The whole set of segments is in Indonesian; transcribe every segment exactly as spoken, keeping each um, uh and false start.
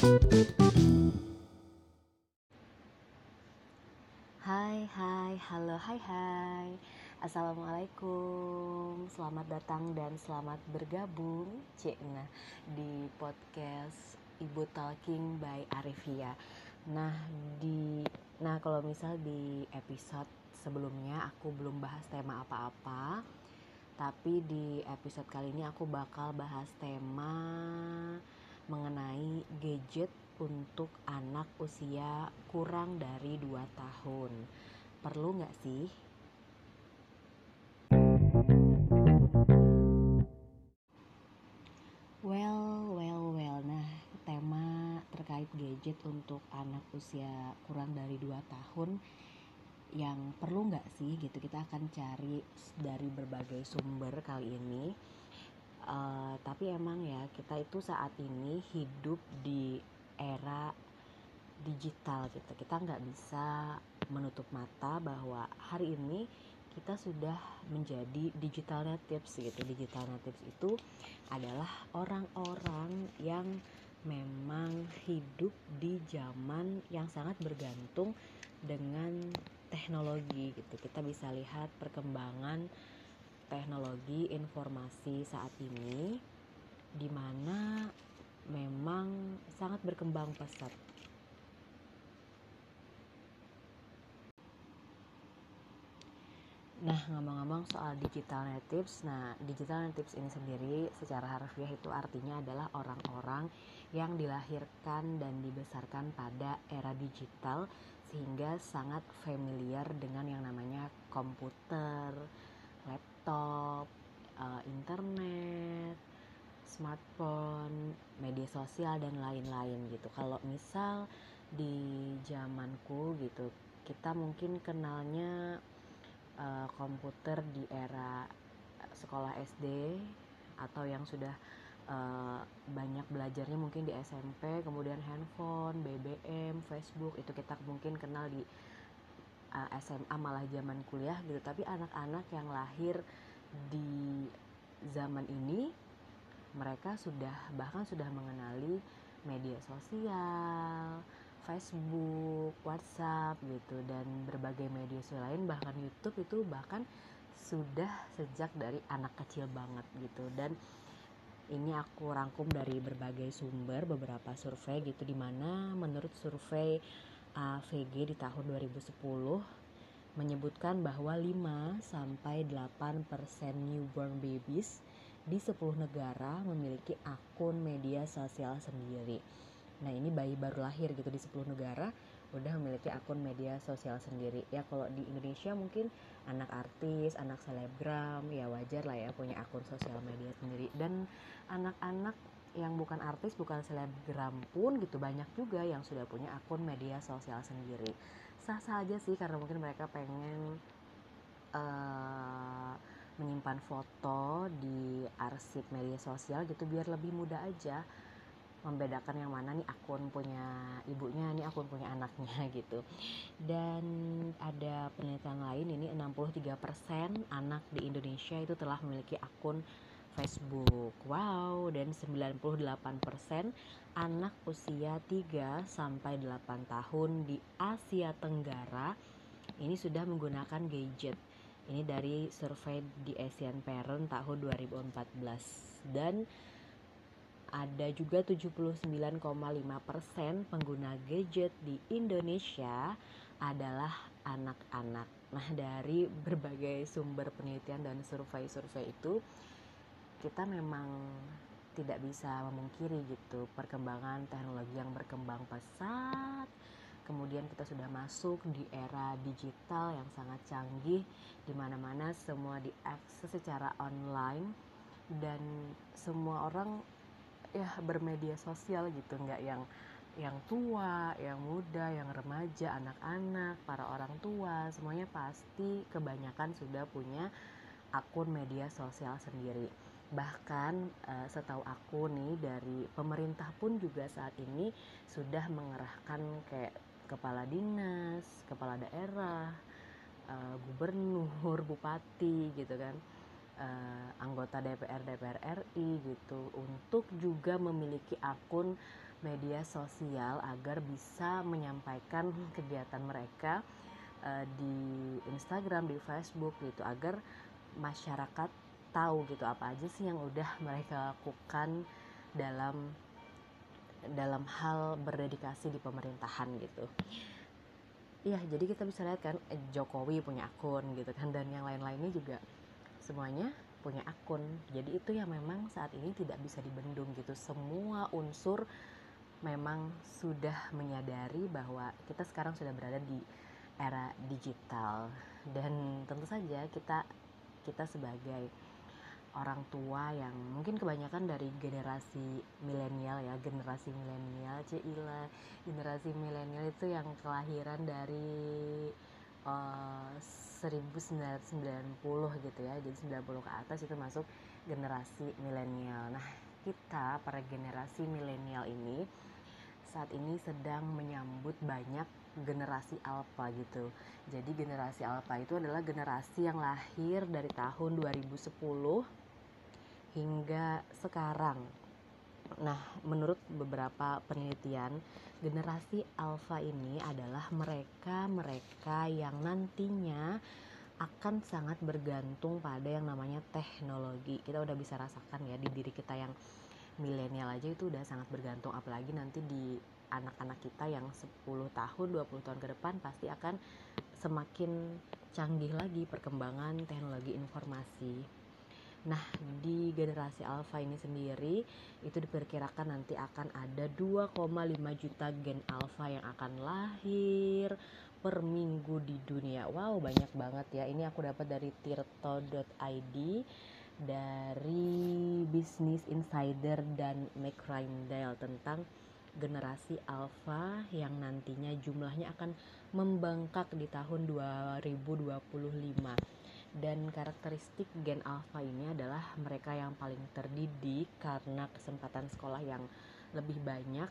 Hai, hai, halo, hai, hai. Assalamualaikum. Selamat datang dan selamat bergabung, Cik, nah, di podcast Ibu Talking by Arifia. Nah, di nah kalau misal di episode sebelumnya aku belum bahas tema apa-apa, tapi di episode kali ini aku bakal bahas tema mengenai gadget untuk anak usia kurang dari dua tahun. Perlu nggak sih? Well, well, well. Nah, tema terkait gadget untuk anak usia kurang dari dua tahun yang perlu nggak sih gitu. Kita akan cari dari berbagai sumber kali ini. Uh, tapi emang ya kita itu saat ini hidup di era digital gitu. Kita nggak bisa menutup mata bahwa hari ini kita sudah menjadi digital natives gitu. Digital natives itu adalah orang-orang yang memang hidup di zaman yang sangat bergantung dengan teknologi gitu. Kita bisa lihat perkembangan teknologi informasi saat ini di mana memang sangat berkembang pesat. Nah, ngomong-ngomong soal digital natives, nah digital natives ini sendiri secara harfiah itu artinya adalah orang-orang yang dilahirkan dan dibesarkan pada era digital sehingga sangat familiar dengan yang namanya komputer, laptop, uh, internet, smartphone, media sosial dan lain-lain gitu. Kalau misal di zamanku gitu, kita mungkin kenalnya uh, komputer di era sekolah S D atau yang sudah uh, banyak belajarnya mungkin di S M P, kemudian handphone, B B M, Facebook itu kita mungkin kenal di uh, S M A malah zaman kuliah gitu. Tapi anak-anak yang lahir di zaman ini mereka sudah bahkan sudah mengenali media sosial, Facebook, WhatsApp gitu dan berbagai media sosial lain, bahkan YouTube itu bahkan sudah sejak dari anak kecil banget gitu. Dan ini aku rangkum dari berbagai sumber, beberapa survei gitu, dimana menurut survei A V G di tahun dua ribu sepuluh menyebutkan bahwa lima sampai delapan persen newborn babies di sepuluh negara memiliki akun media sosial sendiri. Nah, ini bayi baru lahir gitu di sepuluh negara udah memiliki akun media sosial sendiri. Ya kalau di Indonesia mungkin anak artis, anak selebgram, ya wajar lah ya punya akun sosial media sendiri. Dan anak-anak yang bukan artis, bukan selebgram pun gitu banyak juga yang sudah punya akun media sosial sendiri. Sah-sah aja sih karena mungkin mereka pengen uh, menyimpan foto di arsip media sosial gitu biar lebih mudah aja membedakan yang mana nih akun punya ibunya, nih akun punya anaknya gitu. Dan ada penelitian lain ini enam puluh tiga persen anak di Indonesia itu telah memiliki akun Facebook. Wow, dan sembilan puluh delapan persen anak usia tiga sampai delapan tahun di Asia Tenggara ini sudah menggunakan gadget. Ini dari survei di Asian Parent tahun dua ribu empat belas. Dan ada juga tujuh puluh sembilan koma lima persen pengguna gadget di Indonesia adalah anak-anak. Nah, dari berbagai sumber penelitian dan survei-survei itu, kita memang tidak bisa memungkiri gitu perkembangan teknologi yang berkembang pesat. Kemudian kita sudah masuk di era digital yang sangat canggih, di mana-mana semua diakses secara online dan semua orang ya bermedia sosial gitu, nggak yang yang tua, yang muda, yang remaja, anak-anak, para orang tua, semuanya pasti kebanyakan sudah punya akun media sosial sendiri. Bahkan uh, setahu aku nih dari pemerintah pun juga saat ini sudah mengerahkan kayak kepala dinas, kepala daerah, uh, gubernur, bupati gitu kan, uh, anggota D P R D P R R I gitu untuk juga memiliki akun media sosial agar bisa menyampaikan kegiatan mereka uh, di Instagram, di Facebook gitu, agar masyarakat tahu gitu apa aja sih yang udah mereka lakukan dalam dalam hal berdedikasi di pemerintahan gitu. Iya, jadi kita bisa lihat kan Jokowi punya akun gitu kan, dan yang lain-lainnya juga semuanya punya akun. Jadi itu yang memang saat ini tidak bisa dibendung gitu. Semua unsur memang sudah menyadari bahwa kita sekarang sudah berada di era digital, dan tentu saja kita kita sebagai orang tua yang mungkin kebanyakan dari generasi milenial ya, generasi milenial, cila generasi milenial itu yang kelahiran dari uh, seribu sembilan ratus sembilan puluh gitu ya, jadi sembilan puluh ke atas itu masuk generasi milenial. Nah, kita para generasi milenial ini saat ini sedang menyambut banyak generasi alpha gitu. Jadi generasi alpha itu adalah generasi yang lahir dari tahun dua ribu sepuluh hingga sekarang. Nah, menurut beberapa penelitian, generasi alpha ini adalah mereka-mereka yang nantinya akan sangat bergantung pada yang namanya teknologi. Kita udah bisa rasakan ya di diri kita yang milenial aja itu udah sangat bergantung, apalagi nanti di anak-anak kita yang sepuluh tahun, dua puluh tahun ke depan pasti akan semakin canggih lagi perkembangan teknologi informasi. Nah, di generasi alpha ini sendiri itu diperkirakan nanti akan ada dua koma lima juta gen alpha yang akan lahir per minggu di dunia. Wow, banyak banget ya. Ini aku dapat dari tirto dot i d, dari Business Insider dan McCrindle tentang generasi alpha yang nantinya jumlahnya akan membengkak di tahun dua ribu dua puluh lima. Dan karakteristik gen alpha ini adalah mereka yang paling terdidik karena kesempatan sekolah yang lebih banyak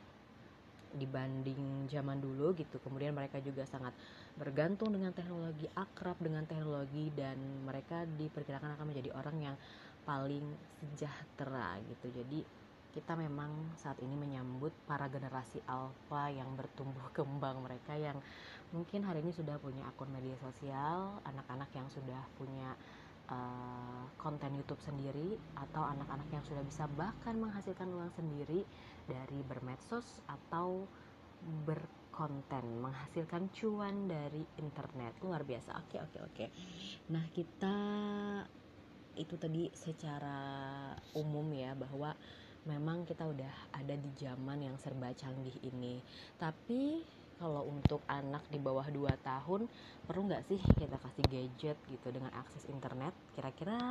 dibanding zaman dulu gitu. Kemudian mereka juga sangat bergantung dengan teknologi, akrab dengan teknologi, dan mereka diperkirakan akan menjadi orang yang paling sejahtera gitu. Jadi kita memang saat ini menyambut para generasi alpha yang bertumbuh kembang, mereka yang mungkin hari ini sudah punya akun media sosial, anak-anak yang sudah punya uh, konten YouTube sendiri, atau anak-anak yang sudah bisa bahkan menghasilkan uang sendiri dari bermedsos atau berkonten, menghasilkan cuan dari internet. Luar biasa. Oke, oke, oke. Nah, kita itu tadi secara umum ya, bahwa memang kita udah ada di zaman yang serba canggih ini. Tapi kalau untuk anak di bawah dua tahun, perlu gak sih kita kasih gadget gitu dengan akses internet? Kira-kira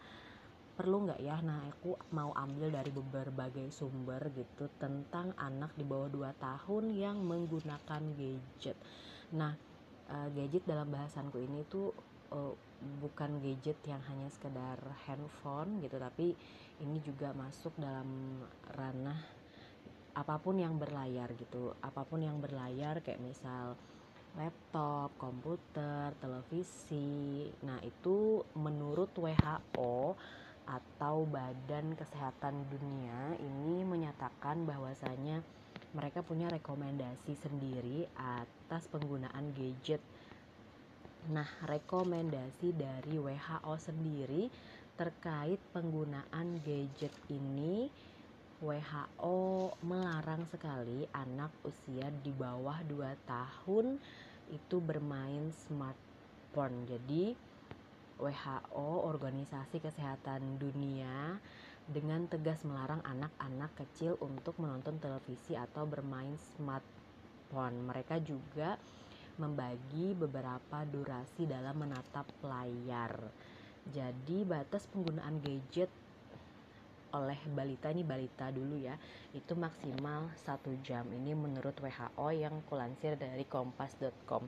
perlu gak ya? Nah, aku mau ambil dari berbagai sumber gitu tentang anak di bawah dua tahun yang menggunakan gadget. Nah, uh, gadget dalam bahasanku ini tuh uh, bukan gadget yang hanya sekedar handphone gitu, tapi ini juga masuk dalam ranah apapun yang berlayar gitu, apapun yang berlayar kayak misal laptop, komputer, televisi. Nah, itu menurut W H O atau Badan Kesehatan Dunia ini menyatakan bahwasanya mereka punya rekomendasi sendiri atas penggunaan gadget. Nah, rekomendasi dari W H O sendiri terkait penggunaan gadget ini, W H O melarang sekali anak usia di bawah dua tahun itu bermain smartphone. Jadi W H O, Organisasi Kesehatan Dunia, dengan tegas melarang anak-anak kecil untuk menonton televisi atau bermain smartphone. Mereka juga membagi beberapa durasi dalam menatap layar. Jadi batas penggunaan gadget oleh balita, ini balita dulu ya, itu maksimal satu jam. Ini menurut W H O yang kulansir dari kompas dot com.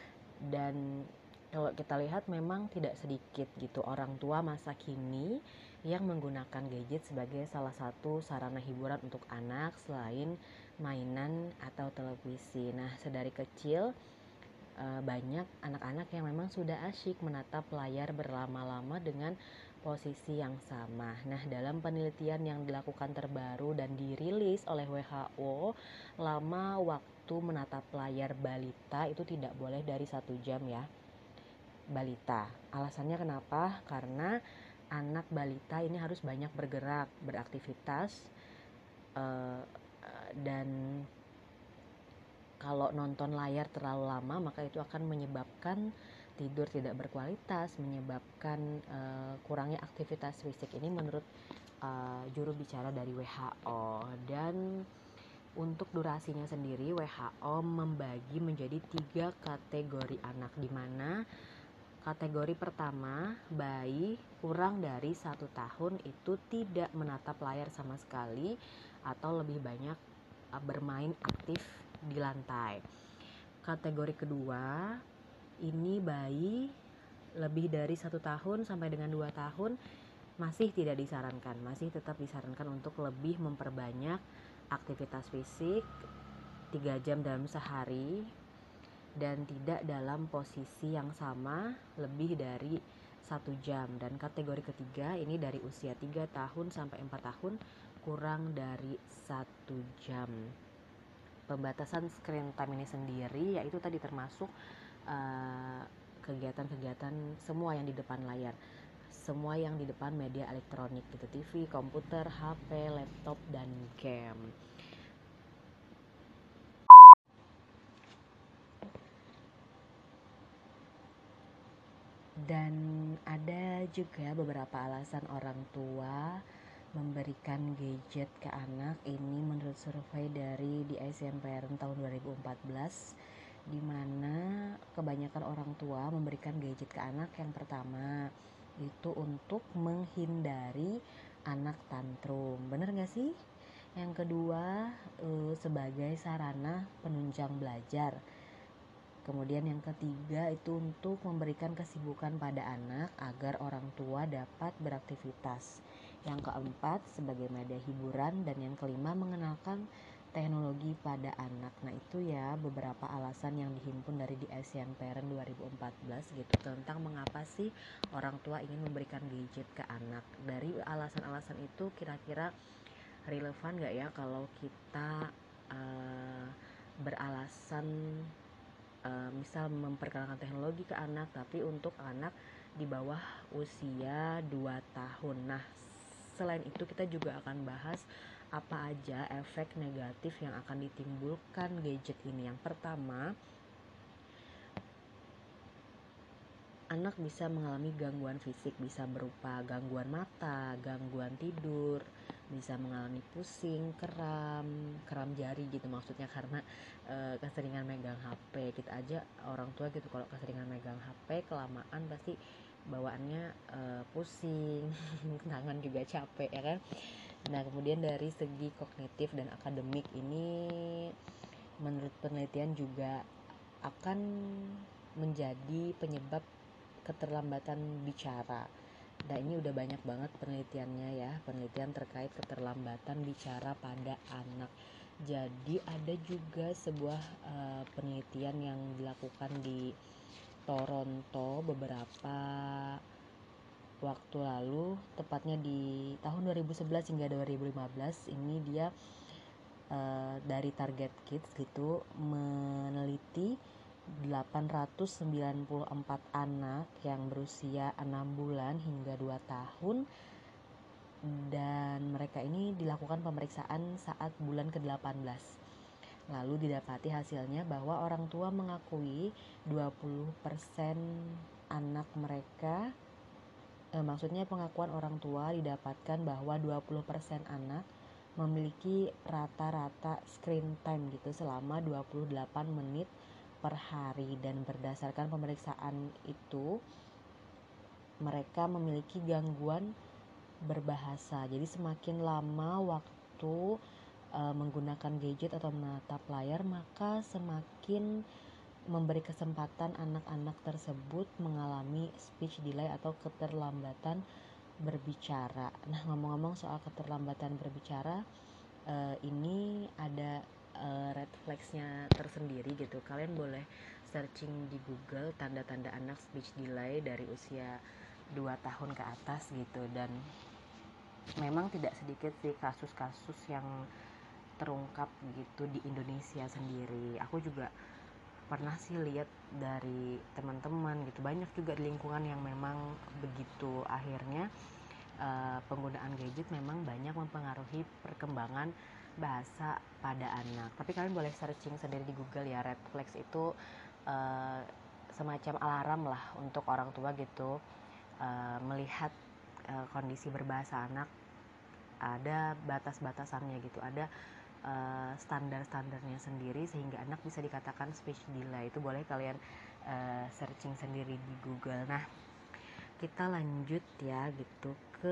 Dan kalau kita lihat memang tidak sedikit gitu orang tua masa kini yang menggunakan gadget sebagai salah satu sarana hiburan untuk anak selain mainan atau televisi. Nah, sedari kecil banyak anak-anak yang memang sudah asyik menatap layar berlama-lama dengan posisi yang sama. Nah, dalam penelitian yang dilakukan terbaru dan dirilis oleh W H O, lama waktu menatap layar balita itu tidak boleh dari satu jam ya, balita. Alasannya kenapa? Karena anak balita ini harus banyak bergerak, beraktivitas, uh, dan kalau nonton layar terlalu lama maka itu akan menyebabkan tidur tidak berkualitas, menyebabkan uh, kurangnya aktivitas fisik. Ini menurut uh, juru bicara dari W H O. Dan untuk durasinya sendiri W H O membagi menjadi tiga kategori anak, di mana kategori pertama, bayi kurang dari satu tahun itu tidak menatap layar sama sekali atau lebih banyak uh, bermain aktif di lantai. Kategori kedua, ini bayi lebih dari satu tahun sampai dengan dua tahun masih tidak disarankan, masih tetap disarankan untuk lebih memperbanyak aktivitas fisik tiga jam dalam sehari dan tidak dalam posisi yang sama lebih dari satu jam. Dan kategori ketiga ini dari usia tiga tahun sampai empat tahun kurang dari satu jam. Pembatasan screen time ini sendiri yaitu tadi termasuk uh, kegiatan-kegiatan semua yang di depan layar, semua yang di depan media elektronik gitu, T V, komputer, H P, laptop, dan game. Dan ada juga beberapa alasan orang tua memberikan gadget ke anak. Ini menurut survei dari D I C M Parent tahun dua ribu empat belas, di mana kebanyakan orang tua memberikan gadget ke anak yang pertama itu untuk menghindari anak tantrum. Bener gak sih? Yang kedua eh, sebagai sarana penunjang belajar. Kemudian yang ketiga itu untuk memberikan kesibukan pada anak agar orang tua dapat beraktivitas. Yang keempat sebagai media hiburan, dan yang kelima mengenalkan teknologi pada anak. Nah itu ya beberapa alasan yang dihimpun dari D I C M Parent dua ribu empat belas gitu tentang mengapa sih orang tua ingin memberikan gadget ke anak. Dari alasan-alasan itu kira-kira relevan gak ya kalau kita uh, beralasan Uh, misal memperkenalkan teknologi ke anak tapi untuk anak di bawah usia dua tahun. Nah, selain itu kita juga akan bahas apa aja efek negatif yang akan ditimbulkan gadget ini. Yang pertama, anak bisa mengalami gangguan fisik, bisa berupa gangguan mata, gangguan tidur, bisa mengalami pusing, kram, kram jari gitu maksudnya karena e, keseringan megang H P. Kita aja orang tua gitu kalau keseringan megang H P kelamaan pasti bawaannya e, pusing, tangan juga capek ya kan. Nah, kemudian dari segi kognitif dan akademik ini menurut penelitian juga akan menjadi penyebab keterlambatan bicara. Nah ini udah banyak banget penelitiannya ya, penelitian terkait keterlambatan bicara pada anak. Jadi ada juga sebuah uh, penelitian yang dilakukan di Toronto beberapa waktu lalu, tepatnya di tahun dua ribu sebelas hingga dua ribu lima belas. Ini dia uh, dari Target Kids gitu meneliti delapan ratus sembilan puluh empat anak yang berusia enam bulan hingga dua tahun, dan mereka ini dilakukan pemeriksaan saat bulan ke delapan belas. Lalu didapati hasilnya bahwa orang tua mengakui dua puluh persen anak mereka eh, maksudnya pengakuan orang tua didapatkan bahwa dua puluh persen anak memiliki rata-rata screen time gitu selama dua puluh delapan menit per hari, dan berdasarkan pemeriksaan itu mereka memiliki gangguan berbahasa. Jadi semakin lama waktu e, menggunakan gadget atau menatap layar, maka semakin memberi kesempatan anak-anak tersebut mengalami speech delay atau keterlambatan berbicara. Nah, ngomong-ngomong soal keterlambatan berbicara, e, ini ada Uh, red flags-nya tersendiri gitu. Kalian boleh searching di Google tanda-tanda anak speech delay dari usia dua tahun ke atas gitu. Dan memang tidak sedikit sih kasus-kasus yang terungkap gitu di Indonesia sendiri. Aku juga pernah sih lihat dari teman-teman gitu, banyak juga di lingkungan yang memang begitu. Akhirnya uh, penggunaan gadget memang banyak mempengaruhi perkembangan bahasa pada anak. Tapi kalian boleh searching sendiri di Google ya, red flags itu uh, semacam alarm lah untuk orang tua gitu, uh, melihat uh, kondisi berbahasa anak ada batas-batasannya gitu, ada uh, standar-standarnya sendiri sehingga anak bisa dikatakan speech delay. Itu boleh kalian uh, searching sendiri di Google. Nah, kita lanjut ya gitu ke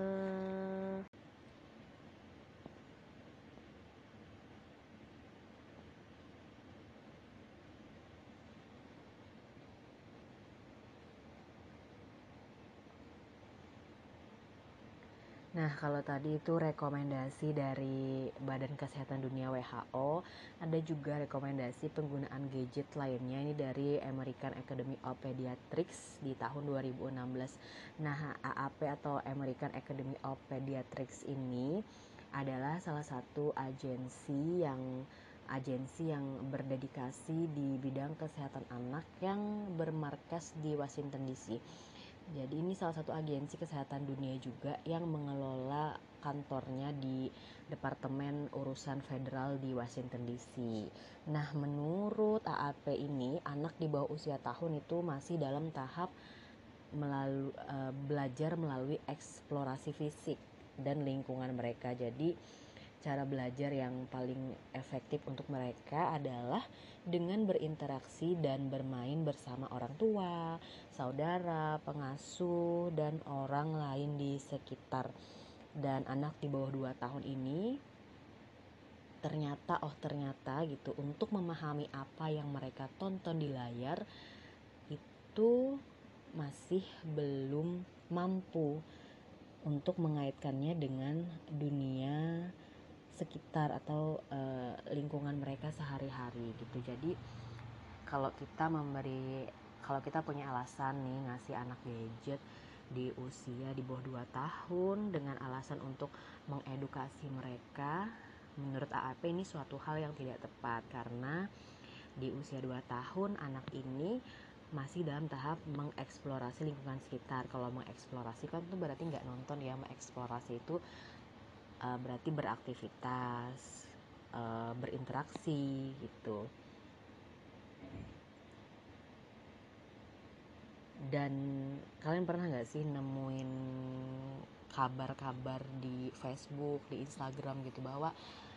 Nah, kalau tadi itu rekomendasi dari Badan Kesehatan Dunia W H O, ada juga rekomendasi penggunaan gadget lainnya ini dari American Academy of Pediatrics di tahun dua ribu enam belas. Nah, A A P atau American Academy of Pediatrics ini adalah salah satu agensi yang agensi yang berdedikasi di bidang kesehatan anak yang bermarkas di Washington D C. Jadi ini salah satu agensi kesehatan dunia juga yang mengelola kantornya di Departemen Urusan Federal di Washington D C. Nah, menurut A A P ini, anak di bawah usia tahun itu masih dalam tahap melalui, uh, belajar melalui eksplorasi fisik dan lingkungan mereka. Jadi cara belajar yang paling efektif untuk mereka adalah dengan berinteraksi dan bermain bersama orang tua, saudara, pengasuh, dan orang lain di sekitar. Dan anak di bawah dua tahun ini ternyata, oh ternyata gitu, untuk memahami apa yang mereka tonton di layar itu masih belum mampu untuk mengaitkannya dengan dunia sekitar atau uh, lingkungan mereka sehari-hari gitu. Jadi kalau kita memberi kalau kita punya alasan nih ngasih anak gadget di usia di bawah dua tahun dengan alasan untuk mengedukasi mereka, menurut A A P ini suatu hal yang tidak tepat karena di usia dua tahun anak ini masih dalam tahap mengeksplorasi lingkungan sekitar. Kalau mengeksplorasi kan itu berarti nggak nonton ya, mengeksplorasi itu uh, berarti beraktivitas, uh, berinteraksi gitu. Dan kalian pernah nggak sih nemuin kabar-kabar di Facebook, di Instagram gitu bahwa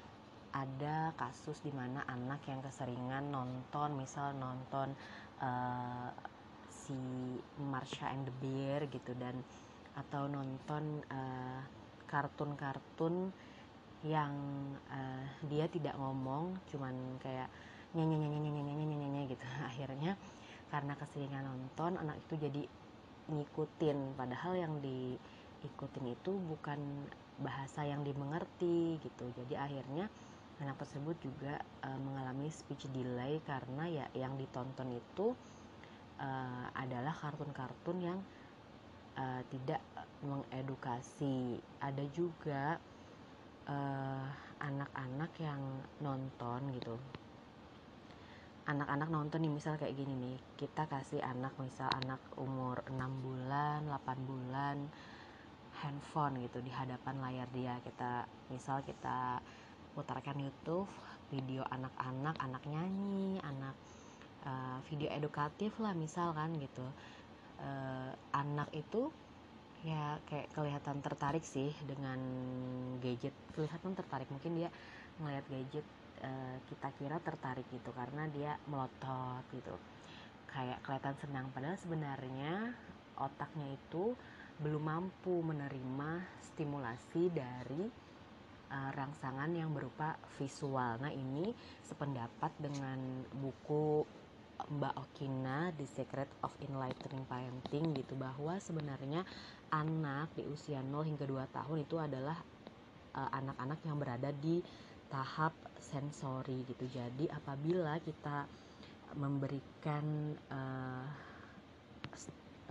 ada kasus di mana anak yang keseringan nonton, misal nonton uh, si Marsha and the Bear gitu, dan atau nonton uh, kartun-kartun yang uh, dia tidak ngomong, cuman kayak nyanyi nyanyi nyanyi nyanyi nyanyi nyanyi gitu. Akhirnya karena keseringan nonton, anak itu jadi ngikutin, padahal yang diikutin itu bukan bahasa yang dimengerti gitu. Jadi akhirnya anak tersebut juga uh, mengalami speech delay karena ya yang ditonton itu uh, adalah kartun-kartun yang uh, tidak mengedukasi. Ada juga uh, anak-anak yang nonton gitu, anak-anak nonton nih, misal kayak gini nih, kita kasih anak, misal anak umur enam bulan, delapan bulan handphone gitu di hadapan layar dia, kita misal kita putarkan YouTube video anak-anak, anak nyanyi, anak uh, video edukatif lah misal kan gitu. Uh, anak itu ya kayak kelihatan tertarik sih dengan gadget, kelihatan tertarik, mungkin dia ngelihat gadget, uh, kita kira tertarik gitu karena dia melotot gitu, kayak kelihatan senang, padahal sebenarnya otaknya itu belum mampu menerima stimulasi dari uh, rangsangan yang berupa visual. Nah, ini sependapat dengan buku Mbak Okina The Secret of Enlightening Parenting gitu, bahwa sebenarnya anak di usia nol hingga dua tahun itu adalah uh, anak-anak yang berada di tahap sensori gitu. Jadi apabila kita memberikan uh,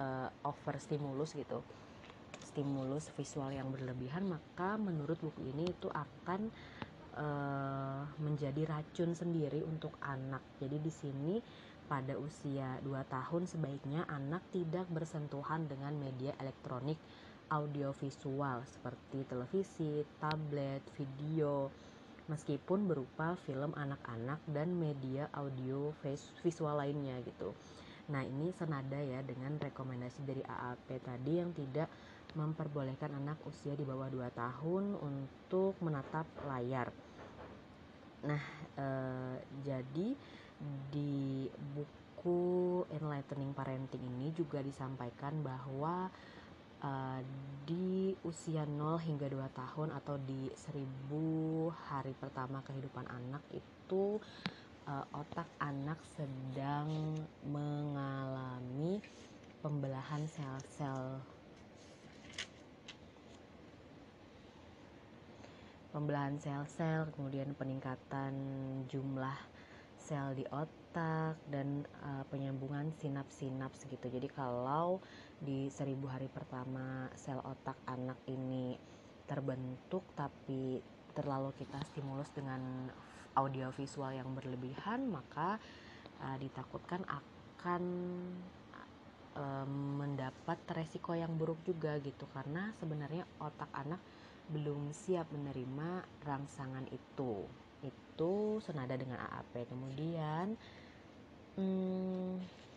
uh, over stimulus gitu, stimulus visual yang berlebihan, maka menurut buku ini itu akan uh, menjadi racun sendiri untuk anak. Jadi di sini pada usia dua tahun sebaiknya anak tidak bersentuhan dengan media elektronik audiovisual seperti televisi, tablet, video, meskipun berupa film anak-anak dan media audio visual lainnya gitu. Nah, ini senada ya dengan rekomendasi dari A A P tadi yang tidak memperbolehkan anak usia di bawah dua tahun untuk menatap layar. Nah, eh, jadi di buku Enlightening Parenting ini juga disampaikan bahwa Uh, di usia nol hingga dua tahun atau di seribu hari pertama kehidupan anak itu uh, otak anak sedang mengalami pembelahan sel-sel pembelahan sel-sel, kemudian peningkatan jumlah sel di otak dan uh, penyambungan sinaps-sinaps gitu. Jadi kalau di seribu hari pertama sel otak anak ini terbentuk tapi terlalu kita stimulus dengan audiovisual yang berlebihan, maka uh, ditakutkan akan uh, mendapat resiko yang buruk juga gitu, karena sebenarnya otak anak belum siap menerima rangsangan itu. Itu senada dengan A A P. Kemudian hmm,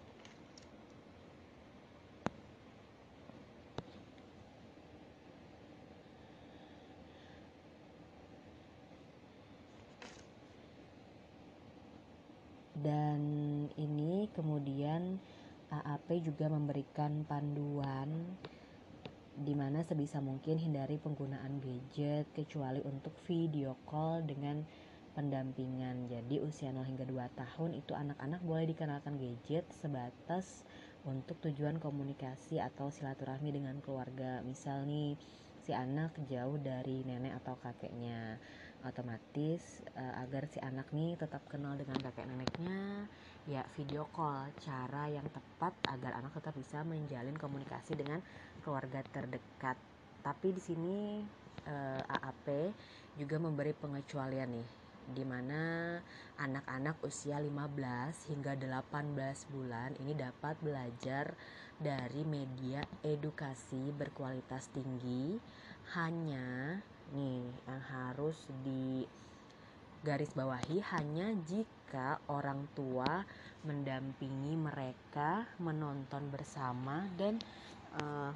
dan ini kemudian A A P juga memberikan panduan di mana sebisa mungkin hindari penggunaan gadget kecuali untuk video call dengan pendampingan. Jadi usia nol hingga dua tahun itu anak-anak boleh dikenalkan gadget sebatas untuk tujuan komunikasi atau silaturahmi dengan keluarga. Misal nih, si anak jauh dari nenek atau kakeknya, otomatis uh, agar si anak nih tetap kenal dengan kakek neneknya, ya video call, cara yang tepat agar anak tetap bisa menjalin komunikasi dengan keluarga terdekat. Tapi di sini uh, A A P juga memberi pengecualian nih, di mana anak-anak usia lima belas hingga delapan belas bulan ini dapat belajar dari media edukasi berkualitas tinggi, hanya nih yang harus di garis bawahi, hanya jika orang tua mendampingi mereka menonton bersama dan uh,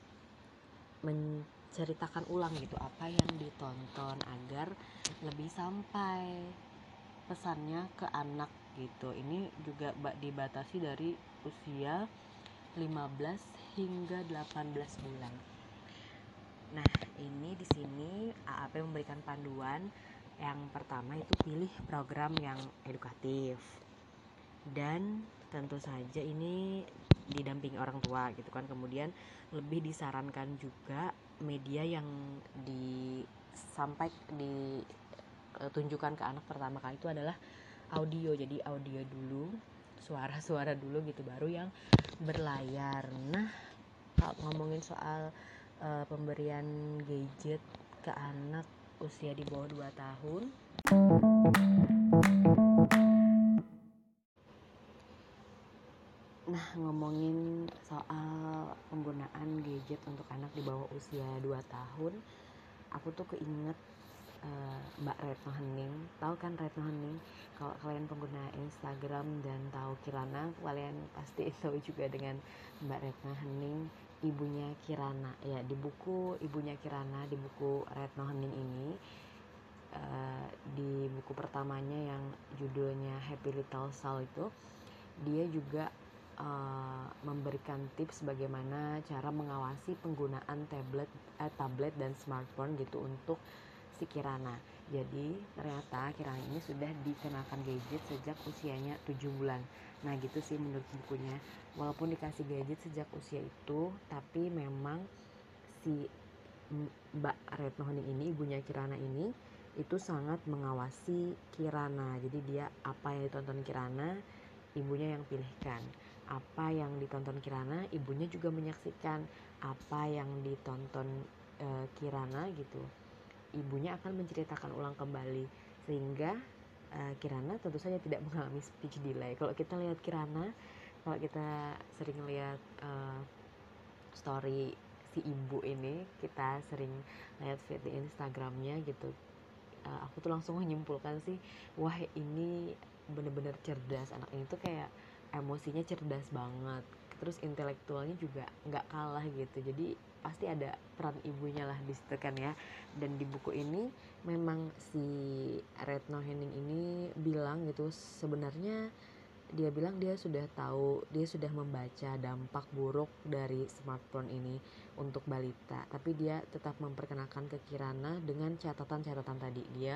menceritakan ulang gitu apa yang ditonton agar lebih sampai pesannya ke anak gitu. Ini juga dibatasi dari usia lima belas hingga delapan belas bulan. Nah, ini di sini A A P memberikan panduan. Yang pertama itu pilih program yang edukatif. Dan tentu saja ini didampingi orang tua gitu kan. Kemudian lebih disarankan juga media yang disampai ditunjukkan ke anak pertama kali itu adalah audio. Jadi audio dulu, suara-suara dulu gitu, baru yang berlayar. Nah, kalau ngomongin soal uh, pemberian gadget ke anak usia di bawah dua tahun, nah ngomongin soal penggunaan gadget untuk anak di bawah usia dua tahun, aku tuh keinget uh, Mbak Retno Hening. Tahu kan Retno Hening? Kalau kalian pengguna Instagram dan tahu Kirana, kalian pasti tahu juga dengan Mbak Retno Hening, ibunya Kirana. Ya, di buku Ibunya Kirana, di buku Retno Hening ini, uh, di buku pertamanya yang judulnya Happy Little Soul itu, dia juga uh, memberikan tips bagaimana cara mengawasi penggunaan tablet, eh, tablet dan smartphone gitu untuk si Kirana. Jadi ternyata Kirana ini sudah dikenakan gadget sejak usianya tujuh bulan. Nah gitu sih menurut bukunya. Walaupun dikasih gadget sejak usia itu, tapi memang si Mbak Retno Hening ini, ibunya Kirana ini, itu sangat mengawasi Kirana. Jadi dia apa yang ditonton Kirana, ibunya yang pilihkan. apa yang ditonton Kirana, ibunya juga menyaksikan apa yang ditonton e, Kirana gitu. Ibunya akan menceritakan ulang kembali sehingga e, Kirana tentu saja tidak mengalami speech delay. Kalau kita lihat Kirana, kalau kita sering lihat e, story si ibu ini, kita sering lihat feed di Instagramnya gitu, e, aku tuh langsung menyimpulkan sih, wah ini bener-bener cerdas, anak ini tuh kayak emosinya cerdas banget, terus intelektualnya juga nggak kalah gitu. Jadi pasti ada peran ibunya lah di situ kan ya. Dan di buku ini memang si Retno Henning ini bilang gitu, sebenarnya dia bilang dia sudah tahu, dia sudah membaca dampak buruk dari smartphone ini untuk balita, tapi dia tetap memperkenalkan ke Kirana dengan catatan-catatan tadi. Dia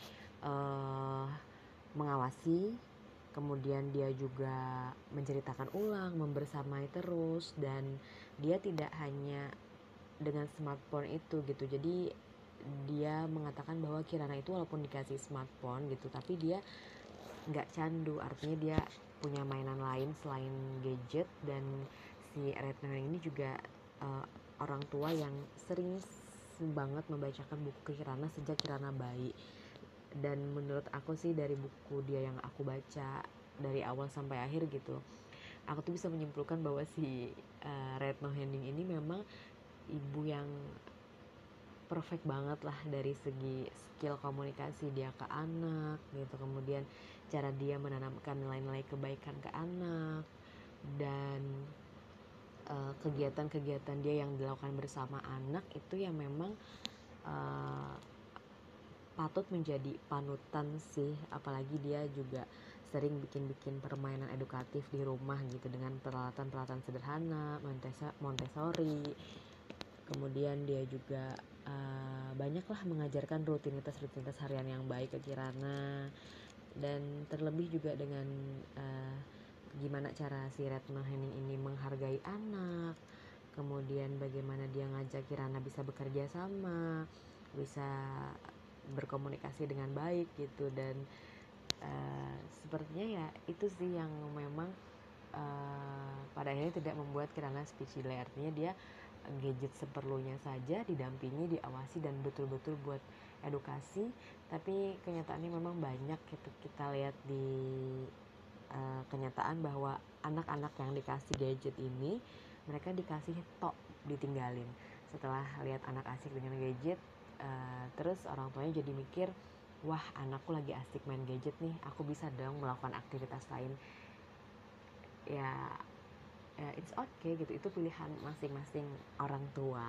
uh, mengawasi, kemudian dia juga menceritakan ulang, membersamai terus, dan dia tidak hanya dengan smartphone itu gitu. Jadi dia mengatakan bahwa Kirana itu walaupun dikasih smartphone gitu, tapi dia nggak candu, artinya dia punya mainan lain selain gadget. Dan si Retno ini juga uh, orang tua yang sering banget membacakan buku ke Kirana sejak Kirana bayi. Dan menurut aku sih dari buku dia yang aku baca dari awal sampai akhir gitu, aku tuh bisa menyimpulkan bahwa si uh, Retno Henning ini memang ibu yang perfect banget lah dari segi skill komunikasi dia ke anak gitu, kemudian cara dia menanamkan nilai-nilai kebaikan ke anak, dan uh, kegiatan-kegiatan dia yang dilakukan bersama anak itu yang memang uh, patut menjadi panutan sih. Apalagi dia juga sering bikin-bikin permainan edukatif di rumah gitu dengan peralatan-peralatan sederhana, Montessori. Kemudian dia juga uh, banyaklah mengajarkan rutinitas-rutinitas harian yang baik ke Kirana. Dan terlebih juga dengan uh, gimana cara si Retno Henning ini menghargai anak, kemudian bagaimana dia ngajak Kirana bisa bekerja sama, bisa berkomunikasi dengan baik gitu. Dan uh, sepertinya ya itu sih yang memang uh, pada akhirnya tidak membuat Kirana speech delay. Artinya dia gadget seperlunya saja, didampingi, diawasi, dan betul-betul buat edukasi. Tapi kenyataannya memang banyak gitu, kita lihat di uh, kenyataan bahwa anak-anak yang dikasih gadget ini, mereka dikasih tok, ditinggalin. Setelah lihat anak asik dengan gadget, Uh, terus orang tuanya jadi mikir, wah anakku lagi asik main gadget nih, aku bisa dong melakukan aktivitas lain. Ya, ya it's okay gitu, itu pilihan masing-masing orang tua.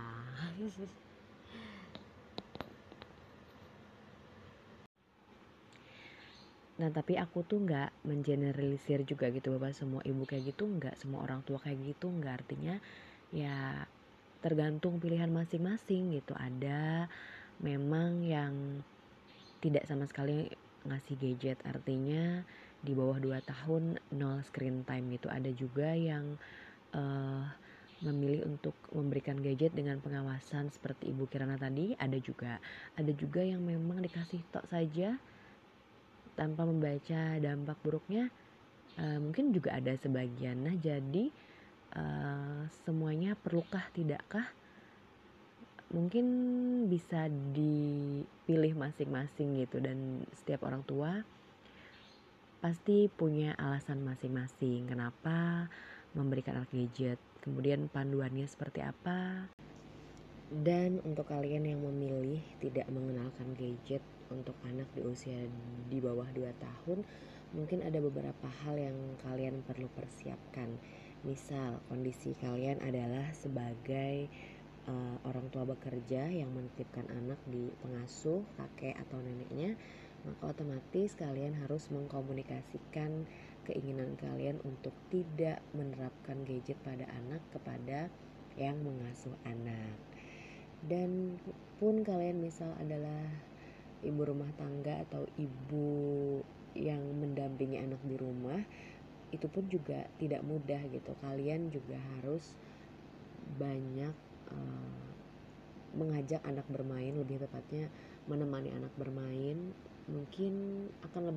Nah tapi aku tuh nggak mengeneralisir juga gitu bahwa semua ibu kayak gitu, nggak semua orang tua kayak gitu, nggak. Artinya ya tergantung pilihan masing-masing gitu. Ada memang yang tidak sama sekali ngasih gadget, artinya di bawah dua tahun nol screen time gitu. Ada juga yang uh, memilih untuk memberikan gadget dengan pengawasan seperti Ibu Kirana tadi. Ada juga ada juga yang memang dikasih tok saja tanpa membaca dampak buruknya. Uh, mungkin juga ada sebagian. Nah jadi uh, semuanya perlukah tidakkah, mungkin bisa dipilih masing-masing gitu. Dan setiap orang tua pasti punya alasan masing-masing kenapa memberikan anak gadget, kemudian panduannya seperti apa. Dan untuk kalian yang memilih tidak mengenalkan gadget untuk anak di usia di bawah dua tahun, mungkin ada beberapa hal yang kalian perlu persiapkan. Misal kondisi kalian adalah sebagai Uh, orang tua bekerja yang menitipkan anak di pengasuh, kakek atau neneknya, maka otomatis kalian harus mengkomunikasikan keinginan kalian untuk tidak menerapkan gadget pada anak kepada yang mengasuh anak. Dan pun kalian misal adalah ibu rumah tangga atau ibu yang mendampingi anak di rumah, itu pun juga tidak mudah gitu. Kalian juga harus banyak uh, mengajak anak bermain, lebih tepatnya menemani anak bermain. Mungkin akan lebih banyak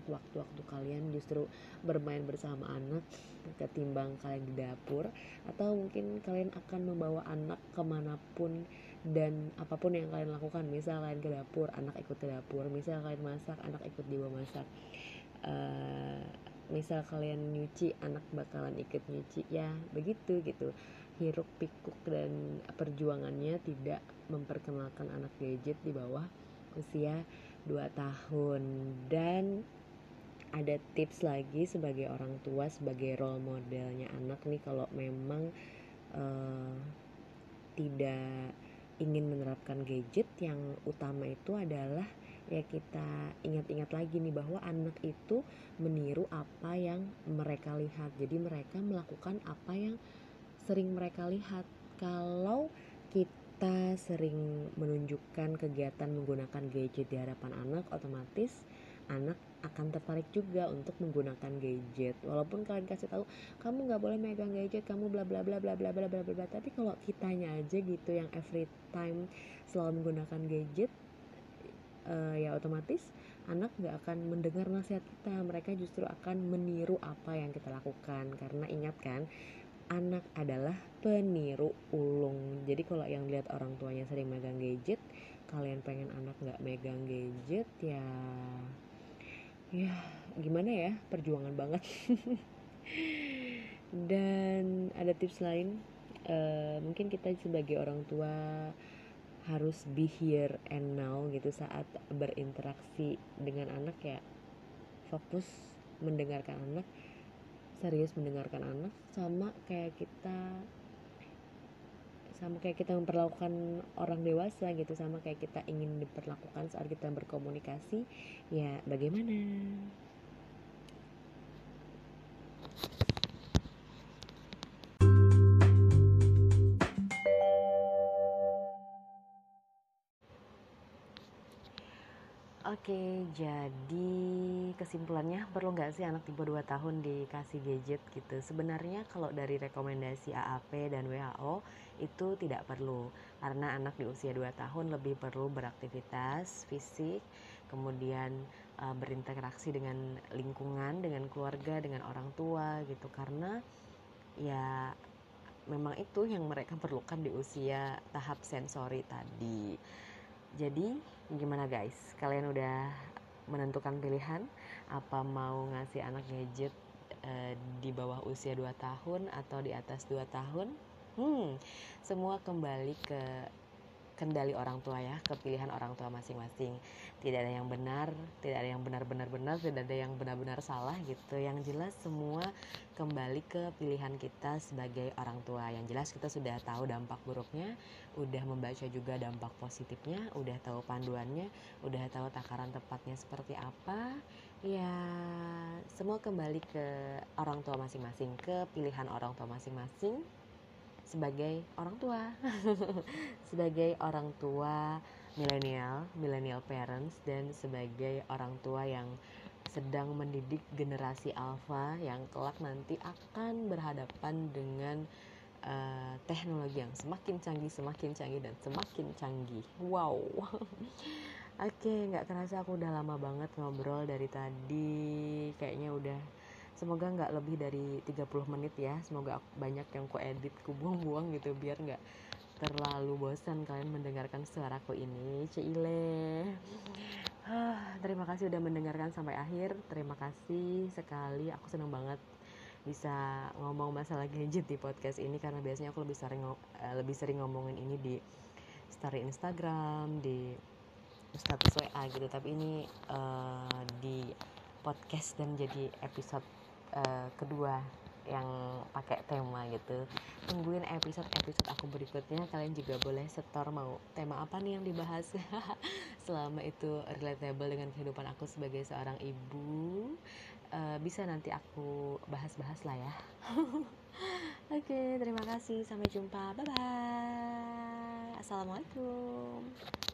waktu-waktu kalian justru bermain bersama anak ketimbang kalian di dapur, atau mungkin kalian akan membawa anak kemanapun dan apapun yang kalian lakukan. Misal kalian ke dapur, anak ikut ke dapur. Misal kalian masak, anak ikut dibawa masak. uh, Misal kalian nyuci, anak bakalan ikut nyuci. Ya begitu gitu, hiruk pikuk dan perjuangannya tidak memperkenalkan anak gadget di bawah usia dua tahun. Dan ada tips lagi sebagai orang tua, sebagai role modelnya anak nih, kalau memang uh, tidak ingin menerapkan gadget, yang utama itu adalah ya kita ingat-ingat lagi nih bahwa anak itu meniru apa yang mereka lihat. Jadi mereka melakukan apa yang sering mereka lihat. Kalau kita sering menunjukkan kegiatan menggunakan gadget di hadapan anak, otomatis anak akan tertarik juga untuk menggunakan gadget. Walaupun kalian kasih tahu kamu nggak boleh megang gadget, kamu bla bla bla bla bla bla bla bla, tapi kalau kitanya aja gitu yang every time selalu menggunakan gadget, uh, ya otomatis anak nggak akan mendengar nasihat kita. Mereka justru akan meniru apa yang kita lakukan. Karena ingat kan, anak adalah peniru ulung. Jadi kalau yang lihat orang tuanya sering megang gadget, kalian pengen anak nggak megang gadget, ya ya gimana ya, perjuangan banget. Dan ada tips lain, uh, mungkin kita sebagai orang tua harus be here and now gitu saat berinteraksi dengan anak. Ya fokus mendengarkan anak, serius mendengarkan anak, sama kayak kita sama kayak kita memperlakukan orang dewasa gitu, sama kayak kita ingin diperlakukan saat kita berkomunikasi. Ya bagaimana? Oke, jadi kesimpulannya, perlu nggak sih anak di bawah dua tahun dikasih gadget gitu? Sebenarnya kalau dari rekomendasi A A P dan W H O itu tidak perlu, karena anak di usia dua tahun lebih perlu beraktivitas fisik, kemudian uh, berinteraksi dengan lingkungan, dengan keluarga, dengan orang tua gitu. Karena ya memang itu yang mereka perlukan di usia tahap sensori tadi. Jadi gimana guys, kalian udah menentukan pilihan apa mau ngasih anak gadget e, di bawah usia dua tahun atau di atas dua tahun? Hmm, semua kembali ke kendali orang tua ya, ke pilihan orang tua masing-masing. Tidak ada yang benar, tidak ada yang benar-benar benar, tidak ada yang benar-benar salah gitu. Yang jelas semua kembali ke pilihan kita sebagai orang tua. Yang jelas kita sudah tahu dampak buruknya, udah membaca juga dampak positifnya, udah tahu panduannya, udah tahu takaran tepatnya seperti apa. Ya semua kembali ke orang tua masing-masing, ke pilihan orang tua masing-masing sebagai orang tua. Sebagai orang tua milenial, millennial parents, dan sebagai orang tua yang sedang mendidik generasi alpha yang kelak nanti akan berhadapan dengan uh, teknologi yang semakin canggih, semakin canggih, dan semakin canggih. Wow. Oke, okay, gak kerasa aku udah lama banget ngobrol dari tadi. Kayaknya udah, semoga gak lebih dari tiga puluh menit ya. Semoga banyak yang ku edit, ku buang-buang gitu, biar gak terlalu bosan kalian mendengarkan suaraku ini. Cile. Huh, terima kasih udah mendengarkan sampai akhir. Terima kasih sekali. Aku senang banget bisa ngomong masalah gadget di podcast ini, karena biasanya aku lebih sering uh, lebih sering ngomongin ini di story Instagram, di status W A gitu. Tapi ini uh, di podcast dan jadi episode uh, kedua yang pakai tema gitu. Tungguin episode-episode aku berikutnya. Kalian juga boleh setor mau tema apa nih yang dibahas. Selama itu relatable dengan kehidupan aku sebagai seorang ibu, uh, bisa nanti aku bahas-bahas lah ya. Oke, okay, terima kasih. Sampai jumpa. Bye-bye. Assalamualaikum.